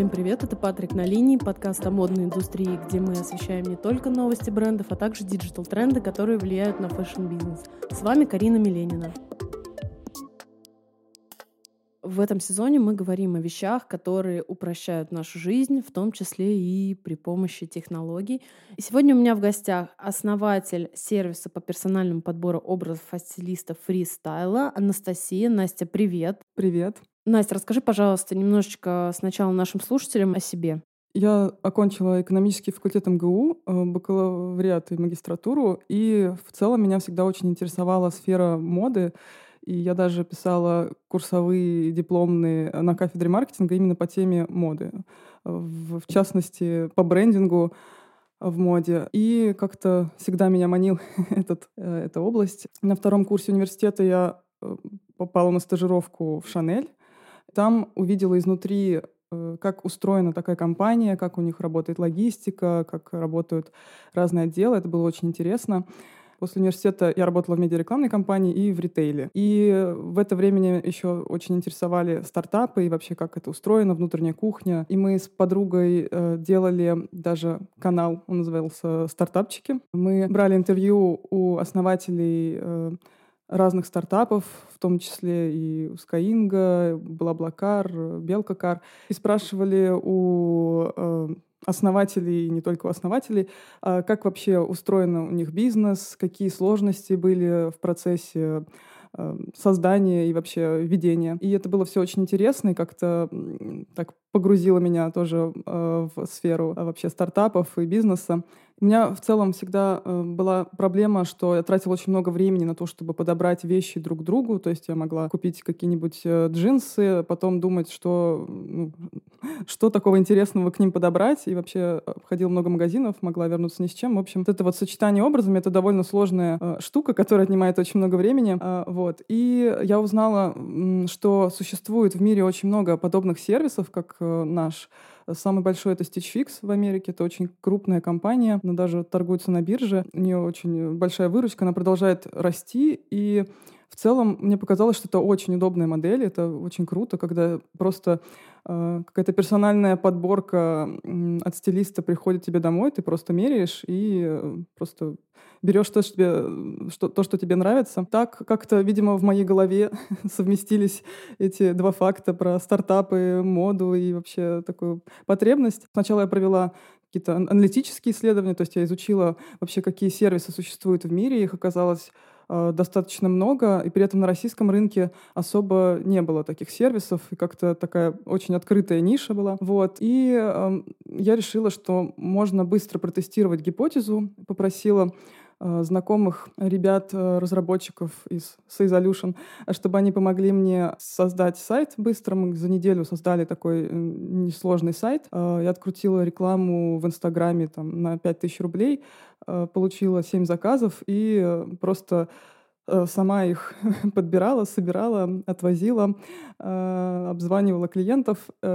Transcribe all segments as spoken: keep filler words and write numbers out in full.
Всем привет, это Патрик на линии, подкаст о модной индустрии, где мы освещаем не только новости брендов, а также диджитал-тренды, которые влияют на фэшн-бизнес. С вами Карина Миленина. В этом сезоне мы говорим о вещах, которые упрощают нашу жизнь, в том числе и при помощи технологий. И сегодня у меня в гостях основатель сервиса по персональному подбору образов от стилиста Freestyle Анастасия. Настя, привет. Привет. Настя, расскажи, пожалуйста, немножечко сначала нашим слушателям о себе. Я окончила экономический факультет эм гэ у, бакалавриат и магистратуру, и в целом меня всегда очень интересовала сфера моды, и я даже писала курсовые дипломные на кафедре маркетинга именно по теме моды, в, в частности, по брендингу в моде. И как-то всегда меня манил этот, эта область. На втором курсе университета я попала на стажировку в Шанель. Там увидела изнутри, как устроена такая компания, как у них работает логистика, как работают разные отделы. Это было очень интересно. После университета я работала в медиарекламной компании и в ритейле. И в это время меня еще очень интересовали стартапы и вообще, как это устроено, внутренняя кухня. И мы с подругой э, делали даже канал, он назывался «Стартапчики». Мы брали интервью у основателей э, разных стартапов, в том числе и у Skyeng, BlaBlaCar, Белкакар, и спрашивали у э, основателей, не только у основателей, э, как вообще устроен у них бизнес, какие сложности были в процессе э, создания и вообще ведения. И это было все очень интересно, и как-то м, так погрузило меня тоже э, в сферу э, вообще стартапов и бизнеса. У меня в целом всегда э, была проблема, что я тратила очень много времени на то, чтобы подобрать вещи друг к другу. То есть я могла купить какие-нибудь э, джинсы, потом думать, что, ну, что такого интересного к ним подобрать. И вообще обходила много магазинов, могла вернуться ни с чем. В общем, вот это вот сочетание образами — это довольно сложная э, штука, которая отнимает очень много времени. Э, вот. И я узнала, м, что существует в мире очень много подобных сервисов, как э, наш. Самый большой — это Stitch Fix в Америке. Это очень крупная компания. Она даже торгуется на бирже. У нее очень большая выручка. Она продолжает расти. И в целом мне показалось, что это очень удобная модель. Это очень круто, когда просто э, какая-то персональная подборка э, от стилиста приходит тебе домой. Ты просто меряешь и э, просто берешь то, что тебе, что, то, что тебе нравится. Так как-то, видимо, в моей голове совместились эти два факта про стартапы, моду и вообще такую потребность. Сначала я провела какие-то аналитические исследования, то есть я изучила вообще, какие сервисы существуют в мире. Их оказалось э, достаточно много, и при этом на российском рынке особо не было таких сервисов, и как-то такая очень открытая ниша была. Вот. И э, я решила, что можно быстро протестировать гипотезу, попросила знакомых ребят, разработчиков из Seizolution, чтобы они помогли мне создать сайт быстро. Мы за неделю создали такой несложный сайт. Я открутила рекламу в Инстаграме там, на пять тысяч рублей, получила семь заказов и просто сама их подбирала, собирала, отвозила, обзванивала клиентов.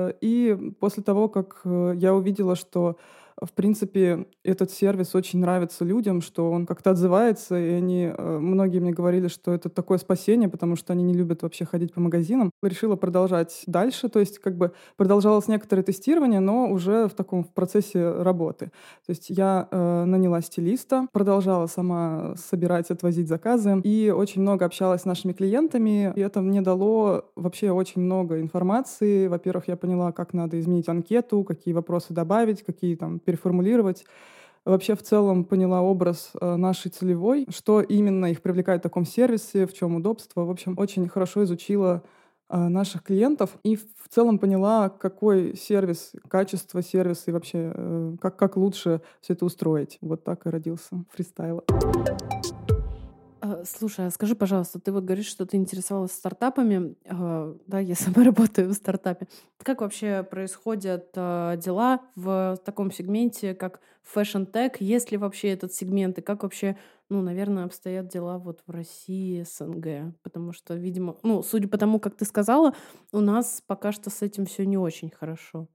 И после того, как я увидела, что в принципе, этот сервис очень нравится людям, что он как-то отзывается, и они, многие мне говорили, что это такое спасение, потому что они не любят вообще ходить по магазинам. Решила продолжать дальше, то есть как бы продолжалось некоторое тестирование, но уже в таком в процессе работы. То есть я э, наняла стилиста, продолжала сама собирать, отвозить заказы, и очень много общалась с нашими клиентами, и это мне дало вообще очень много информации. Во-первых, я поняла, как надо изменить анкету, какие вопросы добавить, какие там переформулировать. Вообще в целом поняла образ э, нашей целевой, что именно их привлекает в таком сервисе, в чем удобство. В общем, очень хорошо изучила э, наших клиентов и в целом поняла, какой сервис, качество сервиса и вообще э, как, как лучше все это устроить. Вот так и родился фристайл. Слушай, а скажи, пожалуйста, ты вот говоришь, что ты интересовалась стартапами, э, да, я сама работаю в стартапе. Как вообще происходят э, дела в таком сегменте, как фэшн-тех? Есть ли вообще этот сегмент? И как вообще, ну, наверное, обстоят дела вот в России, СНГ? Потому что, видимо, ну, судя по тому, как ты сказала, у нас пока что с этим все не очень хорошо.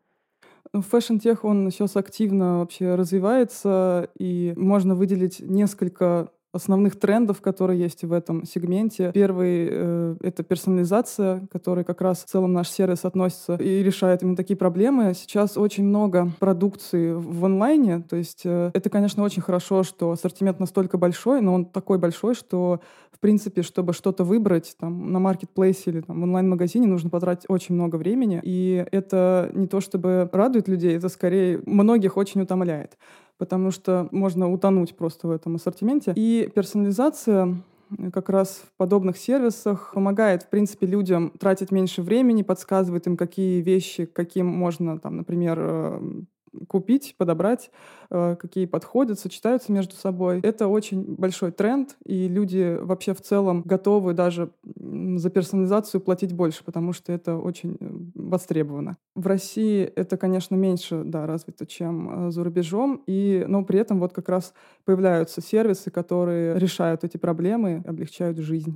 Фэшн-тех, он сейчас активно вообще развивается, и можно выделить несколько основных трендов, которые есть в этом сегменте. Первый э, — это персонализация, которая как раз в целом наш сервис относится и решает именно такие проблемы. Сейчас очень много продукции в онлайне, то есть э, это, конечно, очень хорошо, что ассортимент настолько большой, но он такой большой, что, в принципе, чтобы что-то выбрать там, на маркетплейсе или там, в онлайн-магазине, нужно потратить очень много времени, и это не то чтобы радует людей, это скорее многих очень утомляет, потому что можно утонуть просто в этом ассортименте. И персонализация как раз в подобных сервисах помогает, в принципе, людям тратить меньше времени, подсказывает им, какие вещи, каким можно, там, например, э, купить, подобрать, э, какие подходят, сочетаются между собой. Это очень большой тренд, и люди вообще в целом готовы даже м, за персонализацию платить больше, потому что это очень э, востребовано. В России это, конечно, меньше, да, развито, чем э, за рубежом, и, но при этом вот как раз появляются сервисы, которые решают эти проблемы, облегчают жизнь.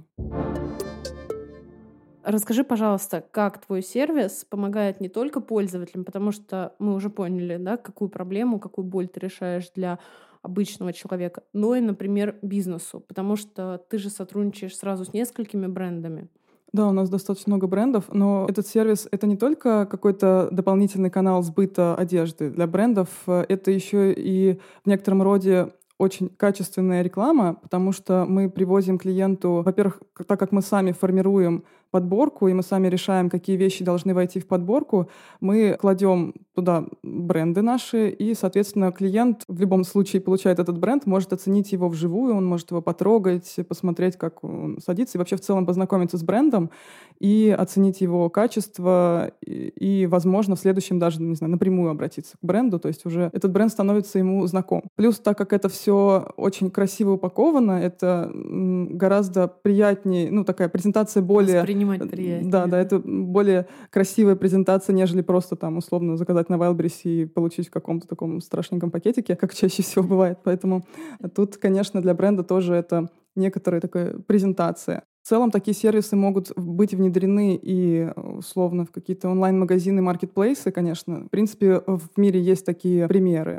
Расскажи, пожалуйста, как твой сервис помогает не только пользователям, потому что мы уже поняли, да, какую проблему, какую боль ты решаешь для обычного человека, но и, например, бизнесу, потому что ты же сотрудничаешь сразу с несколькими брендами. Да, у нас достаточно много брендов, но этот сервис — это не только какой-то дополнительный канал сбыта одежды для брендов, э, это еще и в некотором роде очень качественная реклама, потому что мы привозим клиенту, во-первых, к- так как мы сами формируем подборку, и мы сами решаем, какие вещи должны войти в подборку, мы кладем туда бренды наши, и, соответственно, клиент в любом случае получает этот бренд, может оценить его вживую, он может его потрогать, посмотреть, как он садится, и вообще в целом познакомиться с брендом и оценить его качество, и, и, возможно, в следующем даже, не знаю, напрямую обратиться к бренду, то есть уже этот бренд становится ему знаком. Плюс, так как это все очень красиво упаковано, это м, гораздо приятнее, ну, такая презентация более... Воспринимать Да, приятнее, да, да. это более красивая презентация, нежели просто там условно заказать на Wildberries и получить в каком-то таком страшненьком пакетике, как чаще всего бывает. Поэтому тут, конечно, для бренда тоже это некоторая такая презентация. В целом такие сервисы могут быть внедрены и э, условно в какие-то онлайн-магазины, маркетплейсы, конечно. В принципе, в мире есть такие примеры.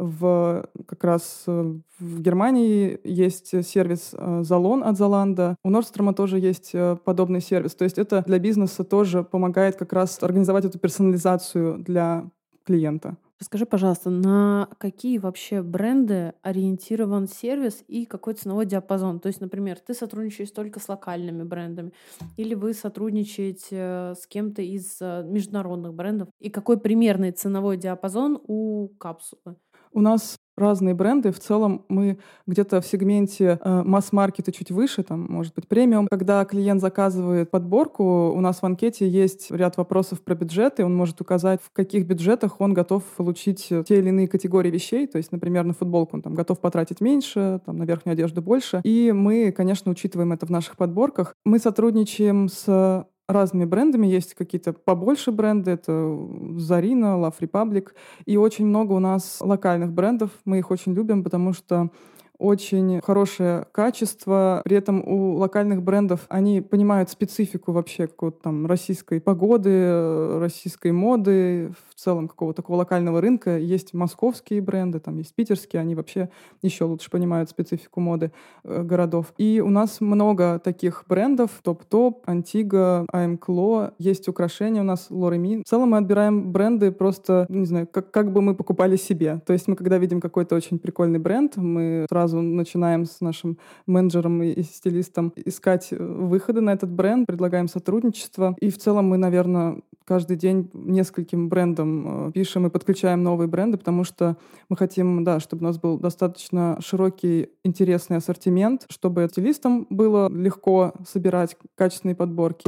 В, как раз э, в Германии есть сервис э, Zalon от Zalando. У Nordstrom тоже есть э, подобный сервис. То есть это для бизнеса тоже помогает как раз организовать эту персонализацию для клиента. Расскажи, пожалуйста, на какие вообще бренды ориентирован сервис и какой ценовой диапазон? То есть, например, ты сотрудничаешь только с локальными брендами, или вы сотрудничаете э, с кем-то из э, международных брендов? И какой примерный ценовой диапазон у капсулы? У нас разные бренды. В целом мы где-то в сегменте э, масс-маркета чуть выше, там, может быть, премиум. Когда клиент заказывает подборку, у нас в анкете есть ряд вопросов про бюджеты. Он может указать, в каких бюджетах он готов получить э, те или иные категории вещей. То есть, например, на футболку он там готов потратить меньше, там, на верхнюю одежду больше. И мы, конечно, учитываем это в наших подборках. Мы сотрудничаем с разными брендами. Есть какие-то побольше бренды. Это Zarina, Love Republic. И очень много у нас локальных брендов. Мы их очень любим, потому что очень хорошее качество. При этом у локальных брендов они понимают специфику вообще какой-то там российской погоды, э, российской моды, в целом какого-то такого локального рынка. Есть московские бренды, там есть питерские, они вообще еще лучше понимают специфику моды э, городов. И у нас много таких брендов: Топ-Топ, Антига, Аймкло. Есть украшения у нас, Лореми. В целом мы отбираем бренды просто, не знаю, как, как бы мы покупали себе. То есть мы, когда видим какой-то очень прикольный бренд, мы сразу начинаем с нашим менеджером и, и стилистом искать э, выходы на этот бренд, предлагаем сотрудничество. И в целом мы, наверное, каждый день нескольким брендам э, пишем и подключаем новые бренды, потому что мы хотим, да, чтобы у нас был достаточно широкий, интересный ассортимент, чтобы стилистам было легко собирать качественные подборки.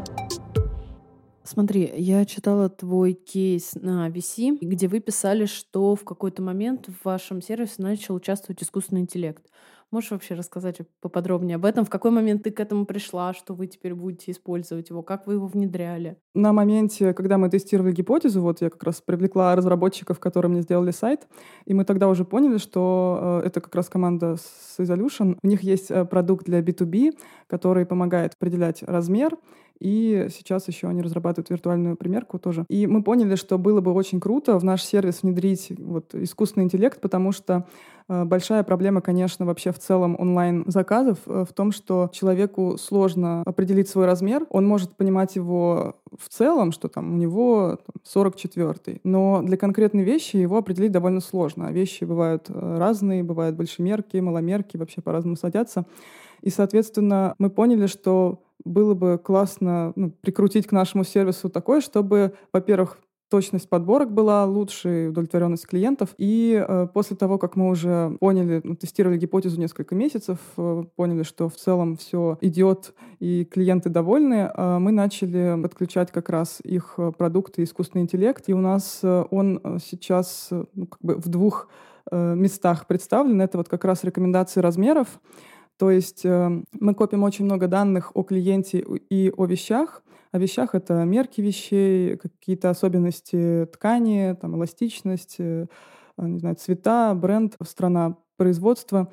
Смотри, я читала твой кейс на ви си, где вы писали, что в какой-то момент в вашем сервисе начал участвовать искусственный интеллект. Можешь вообще рассказать поподробнее об этом? В какой момент ты к этому пришла, что вы теперь будете использовать его? Как вы его внедряли? На моменте, когда мы тестировали гипотезу, вот я как раз привлекла разработчиков, которые мне сделали сайт, и мы тогда уже поняли, что э, это как раз команда с Resolution. У них есть э, продукт для би ту би, который помогает определять размер, И сейчас еще они разрабатывают виртуальную примерку тоже. И мы поняли, что было бы очень круто в наш сервис внедрить вот искусственный интеллект, потому что э, большая проблема, конечно, вообще в целом онлайн-заказов э, в том, что человеку сложно определить свой размер. Он может понимать его в целом, что там у него там, сорок четвёртый, но для конкретной вещи его определить довольно сложно. А вещи бывают э, разные, бывают большемерки, маломерки, вообще по-разному садятся. И, соответственно, мы поняли, что было бы классно ну, прикрутить к нашему сервису такое, чтобы, во-первых, точность подборок была лучше, удовлетворенность клиентов. И э, после того, как мы уже поняли, ну, тестировали гипотезу несколько месяцев, э, поняли, что в целом все идет и клиенты довольны, э, мы начали подключать как раз их э, продукты искусственный интеллект. И у нас э, он э, сейчас э, ну, как бы в двух э, местах представлен. Это вот как раз рекомендации размеров. То есть э, мы копим очень много данных о клиенте и о вещах. О вещах — это мерки вещей, какие-то особенности ткани, там, эластичность, э, не знаю, цвета, бренд, страна производства.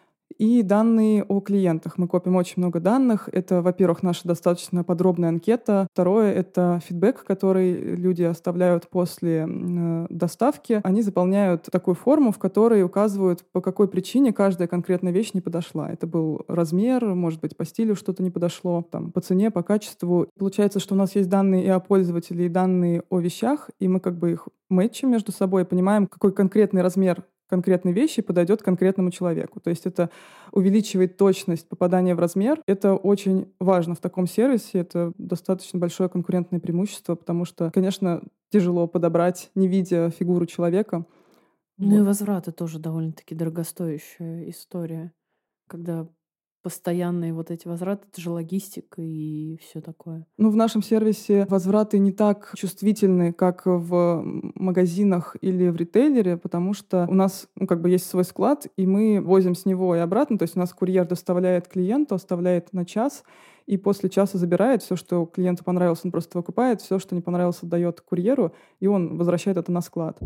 И данные о клиентах. Мы копим очень много данных. Это, во-первых, наша достаточно подробная анкета. Второе — это фидбэк, который люди оставляют после э, доставки. Они заполняют такую форму, в которой указывают, по какой причине каждая конкретная вещь не подошла. Это был размер, может быть, по стилю что-то не подошло, там, по цене, по качеству. Получается, что у нас есть данные и о пользователе, и данные о вещах, и мы как бы их мэтчим между собой и понимаем, какой конкретный размер конкретной вещи подойдет конкретному человеку. То есть это увеличивает точность попадания в размер. Это очень важно в таком сервисе. Это достаточно большое конкурентное преимущество, потому что, конечно, тяжело подобрать, не видя фигуру человека. Ну и Вот. возвраты тоже довольно-таки дорогостоящая история, когда постоянные вот эти возвраты, это же логистика и все такое. Ну, в нашем сервисе возвраты не так чувствительны, как в м, магазинах или в ритейлере, потому что у нас, ну, как бы есть свой склад, и мы возим с него и обратно. То есть у нас курьер доставляет клиенту, оставляет на час, и после часа забирает все, что клиенту понравилось, он просто выкупает, все, что не понравилось, отдает курьеру, и он возвращает это на склад.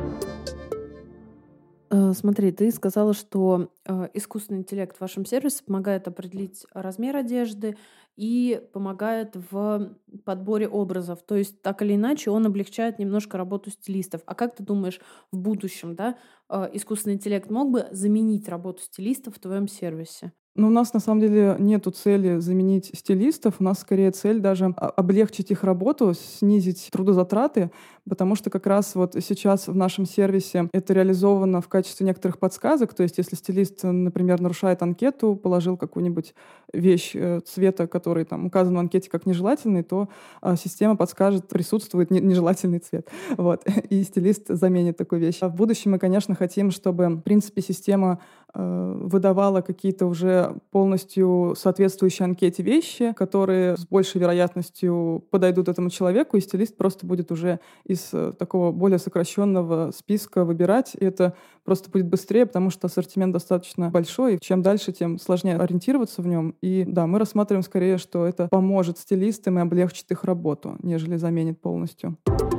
Э, Смотри, ты сказала, что э, искусственный интеллект в вашем сервисе помогает определить размер одежды и помогает в подборе образов. То есть так или иначе он облегчает немножко работу стилистов. А как ты думаешь, в будущем, да, э, искусственный интеллект мог бы заменить работу стилистов в твоем сервисе? Но у нас на самом деле нету цели заменить стилистов, у нас скорее цель даже о- облегчить их работу, снизить трудозатраты, потому что как раз вот сейчас в нашем сервисе это реализовано в качестве некоторых подсказок, то есть если стилист, например, нарушает анкету, положил какую-нибудь вещь э, цвета, который там указан в анкете как нежелательный, то а, система подскажет, присутствует не- нежелательный цвет. Вот. И стилист заменит такую вещь. А в будущем мы, конечно, хотим, чтобы, в принципе, система э, выдавала какие-то уже полностью соответствующие анкете вещи, которые с большей вероятностью подойдут этому человеку, и стилист просто будет уже из э, такого более сокращенного списка выбирать. И это просто будет быстрее, потому что ассортимент достаточно большой, и чем дальше, тем сложнее ориентироваться в нем. И да, мы рассматриваем скорее, что это поможет стилистам и облегчит их работу, нежели заменит полностью.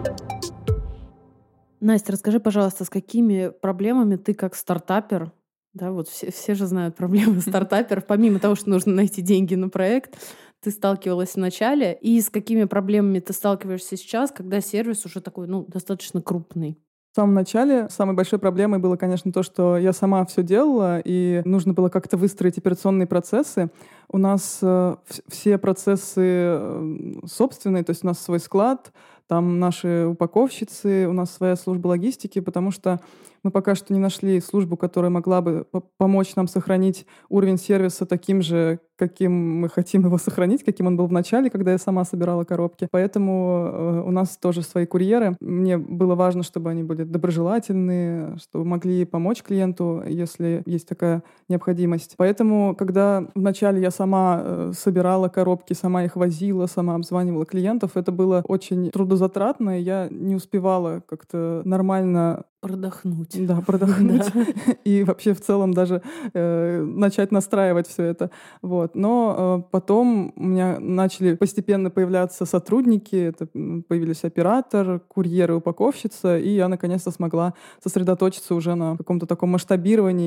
Настя, расскажи, пожалуйста, с какими проблемами ты как стартапер, да, вот все, все же знают проблемы стартаперов, помимо того, что нужно найти деньги на проект, ты сталкивалась в начале, и с какими проблемами ты сталкиваешься сейчас, когда сервис уже такой, ну, достаточно крупный? В самом начале самой большой проблемой было, конечно, то, что я сама все делала, и нужно было как-то выстроить операционные процессы. У нас э, вс- все процессы э, собственные, то есть у нас свой склад, там наши упаковщицы, у нас своя служба логистики, потому что мы пока что не нашли службу, которая могла бы по- помочь нам сохранить уровень сервиса таким же, каким мы хотим его сохранить, каким он был в начале, когда я сама собирала коробки. Поэтому э, у нас тоже свои курьеры. Мне было важно, чтобы они были доброжелательные, чтобы могли помочь клиенту, если есть такая необходимость. Поэтому, когда вначале я сама э, собирала коробки, сама их возила, сама обзванивала клиентов, это было очень трудозатратно, и я не успевала как-то нормально Продохнуть. да, продохнуть Да. и вообще в целом даже э, начать настраивать все это. Вот. Но э, потом у меня начали постепенно появляться сотрудники, это м, появились оператор, курьер и упаковщица, и я наконец-то смогла сосредоточиться уже на каком-то таком масштабировании и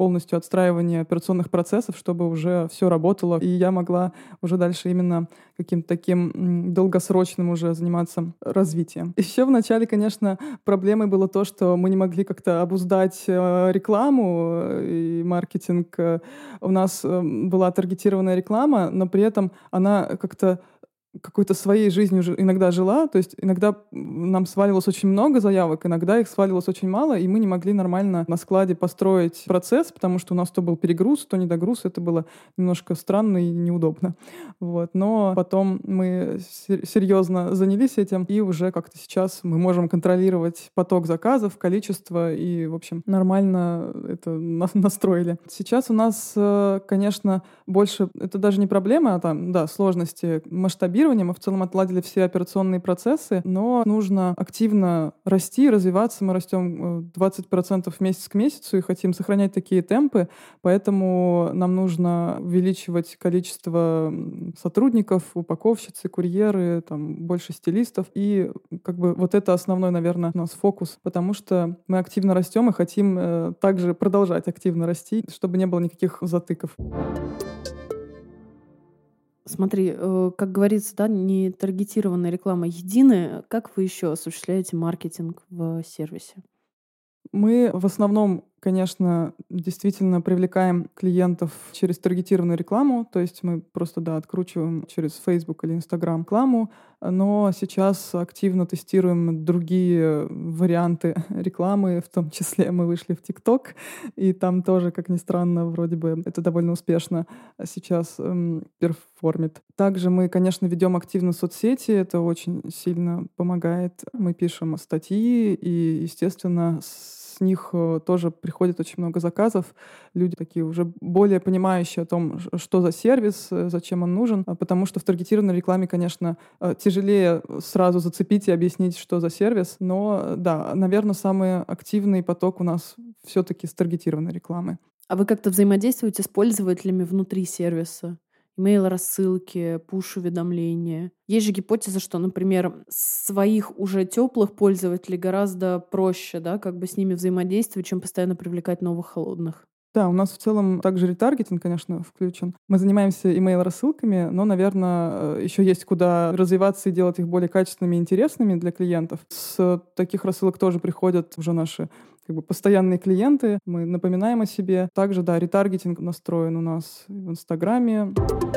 полностью отстраивание операционных процессов, чтобы уже все работало, и я могла уже дальше именно каким-то таким м, долгосрочным уже заниматься развитием. Еще в начале, конечно, проблемой было то, что мы не могли как-то обуздать э, рекламу э, и маркетинг. Э, У нас э, была таргетированная реклама, но при этом она как-то какой-то своей жизнью же иногда жила. То есть иногда нам сваливалось очень много заявок, иногда их сваливалось очень мало, и мы не могли нормально на складе построить процесс, потому что у нас то был перегруз, то недогруз. Это было немножко странно и неудобно. Вот. Но потом мы сер- серьезно занялись этим, и уже как-то сейчас мы можем контролировать поток заказов, количество, и, в общем, нормально это на- настроили. Сейчас у нас, э, конечно, больше, это даже не проблема, а там, да, сложности масштабирования. Мы в целом отладили все операционные процессы, но нужно активно расти, развиваться. Мы растем э, двадцать процентов месяц к месяцу и хотим сохранять такие темпы, поэтому нам нужно увеличивать количество м, сотрудников, упаковщицы, курьеры, там, больше стилистов. И как бы вот это основной, наверное, у нас фокус, потому что мы активно растем и хотим э, также продолжать активно расти, чтобы не было никаких затыков. Смотри, э, как говорится, да, не таргетированная реклама единая. Как вы еще осуществляете маркетинг в сервисе? Мы в основном, конечно, действительно привлекаем клиентов через таргетированную рекламу, то есть мы просто, да, откручиваем через Facebook или Instagram рекламу, но сейчас активно тестируем другие варианты рекламы, в том числе мы вышли в TikTok, и там тоже, как ни странно, вроде бы это довольно успешно сейчас эм, перформит. Также мы, конечно, ведем активно соцсети, это очень сильно помогает. Мы пишем статьи, и, естественно, с них э, тоже приходит очень много заказов. Люди такие уже более понимающие о том, ш- что за сервис, э, зачем он нужен, а потому что в таргетированной рекламе, конечно, э, тяжелее сразу зацепить и объяснить, что за сервис, но э, да, наверное, самый активный поток у нас все-таки с таргетированной рекламы. А вы как-то взаимодействуете с пользователями внутри сервиса? Имейл-рассылки, пуш-уведомления. Есть же гипотеза, что, например, своих уже теплых пользователей гораздо проще, да, как бы с ними взаимодействовать, чем постоянно привлекать новых холодных. Да, у нас в целом также ретаргетинг, конечно, включен. Мы занимаемся имейл-рассылками, но, наверное, еще есть куда развиваться и делать их более качественными и интересными для клиентов. С таких рассылок тоже приходят уже наши как бы постоянные клиенты. Мы напоминаем о себе. Также, да, ретаргетинг настроен у нас в Инстаграме.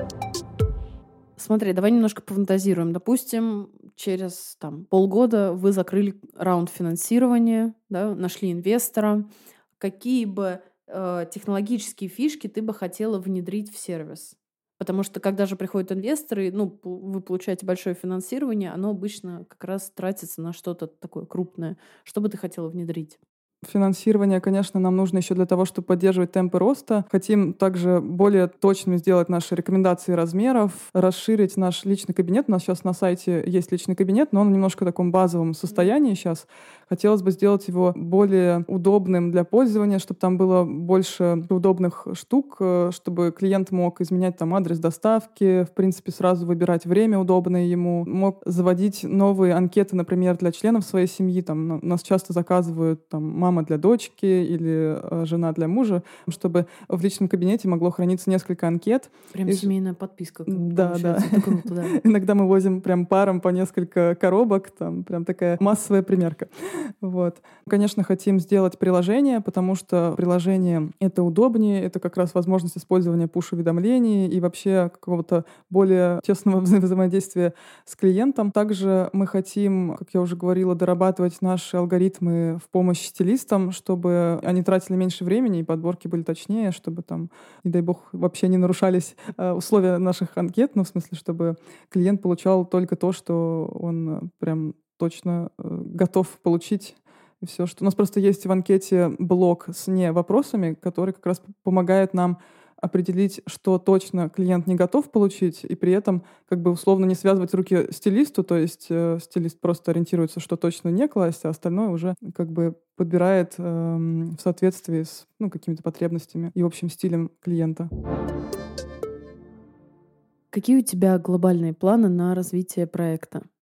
Смотри, давай немножко пофантазируем. Допустим, через там, полгода вы закрыли раунд финансирования, да, нашли инвестора. Какие бы э, технологические фишки ты бы хотела внедрить в сервис? Потому что когда же приходят инвесторы, ну, пу- вы получаете большое финансирование, оно обычно как раз тратится на что-то такое крупное. Что бы ты хотела внедрить? Финансирование, конечно, нам нужно еще для того, чтобы поддерживать темпы роста. Хотим также более точно сделать наши рекомендации размеров, расширить наш личный кабинет. У нас сейчас на сайте есть личный кабинет, но он в немножко таком базовом состоянии сейчас. Хотелось бы сделать его более удобным для пользования, чтобы там было больше удобных штук, э, чтобы клиент мог изменять там адрес доставки, в принципе, сразу выбирать время удобное ему, мог заводить новые анкеты, например, для членов своей семьи. Там на- нас часто заказывают там мама для дочки или э, жена для мужа, чтобы в личном кабинете могло храниться несколько анкет. Прям И ж- семейная подписка как бы Да, да. получается. Это круто, да. Иногда мы возим прям паром по несколько коробок, там прям такая массовая примерка. Вот. Конечно, хотим сделать приложение, потому что приложение — это удобнее, это как раз возможность использования пуш-уведомлений и вообще какого-то более тесного вза- взаимодействия с клиентом. Также мы хотим, как я уже говорила, дорабатывать наши алгоритмы в помощь стилистам, чтобы они тратили меньше времени и подборки были точнее, чтобы там, не дай бог, вообще не нарушались э, условия наших анкет, ну, в смысле, чтобы клиент получал только то, что он э, прям точно э, готов получить. И все, что у нас просто есть в анкете блок с не вопросами, который как раз п- помогает нам определить, что точно клиент не готов получить, и при этом как бы условно не связывать руки стилисту, то есть э, стилист просто ориентируется, что точно не класть, а остальное уже как бы подбирает эм, в соответствии с ну, какими-то потребностями и общим стилем клиента. Какие у тебя глобальные планы на развитие проекта?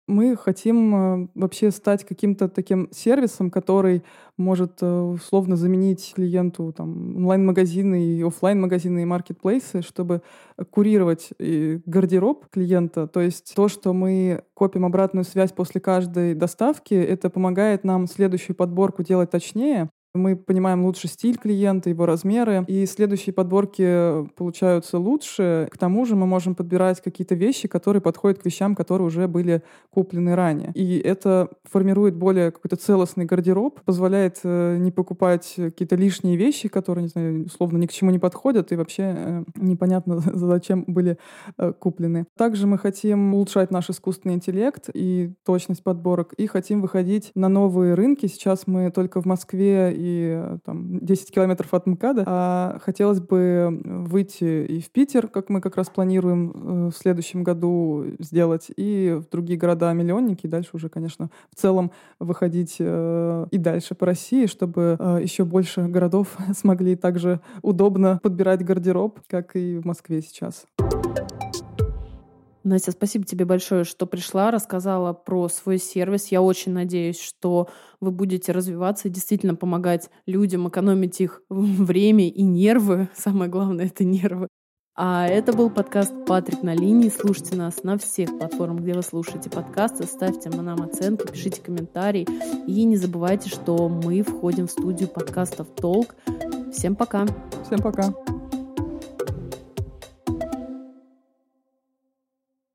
Мы хотим э, вообще стать каким-то таким сервисом, который может э, условно заменить клиенту там, онлайн-магазины и оффлайн-магазины и маркетплейсы, чтобы курировать и гардероб клиента. То есть то, что мы копим обратную связь после каждой доставки, это помогает нам следующую подборку делать точнее. Мы понимаем лучше стиль клиента, его размеры, и следующие подборки получаются лучше. К тому же мы можем подбирать какие-то вещи, которые подходят к вещам, которые уже были куплены ранее. И это формирует более какой-то целостный гардероб, позволяет э, не покупать какие-то лишние вещи, которые, не знаю, условно ни к чему не подходят и вообще э, непонятно, зачем были э, куплены. Также мы хотим улучшать наш искусственный интеллект и точность подборок, и хотим выходить на новые рынки. Сейчас мы только в Москве и там, десять километров от МКАДа. А хотелось бы выйти и в Питер, как мы как раз планируем в следующем году сделать, и в другие города-миллионники, и дальше уже, конечно, в целом выходить э, и дальше по России, чтобы э, еще больше городов смогли также удобно подбирать гардероб, как и в Москве сейчас. Настя, спасибо тебе большое, что пришла, рассказала про свой сервис. Я очень надеюсь, что вы будете развиваться и действительно помогать людям, экономить их время и нервы. Самое главное — это нервы. А это был подкаст «Патрик на линии». Слушайте нас на всех платформах, где вы слушаете подкасты. Ставьте нам оценки, пишите комментарии. И не забывайте, что мы входим в студию подкастов «Толк». Всем пока! Всем пока!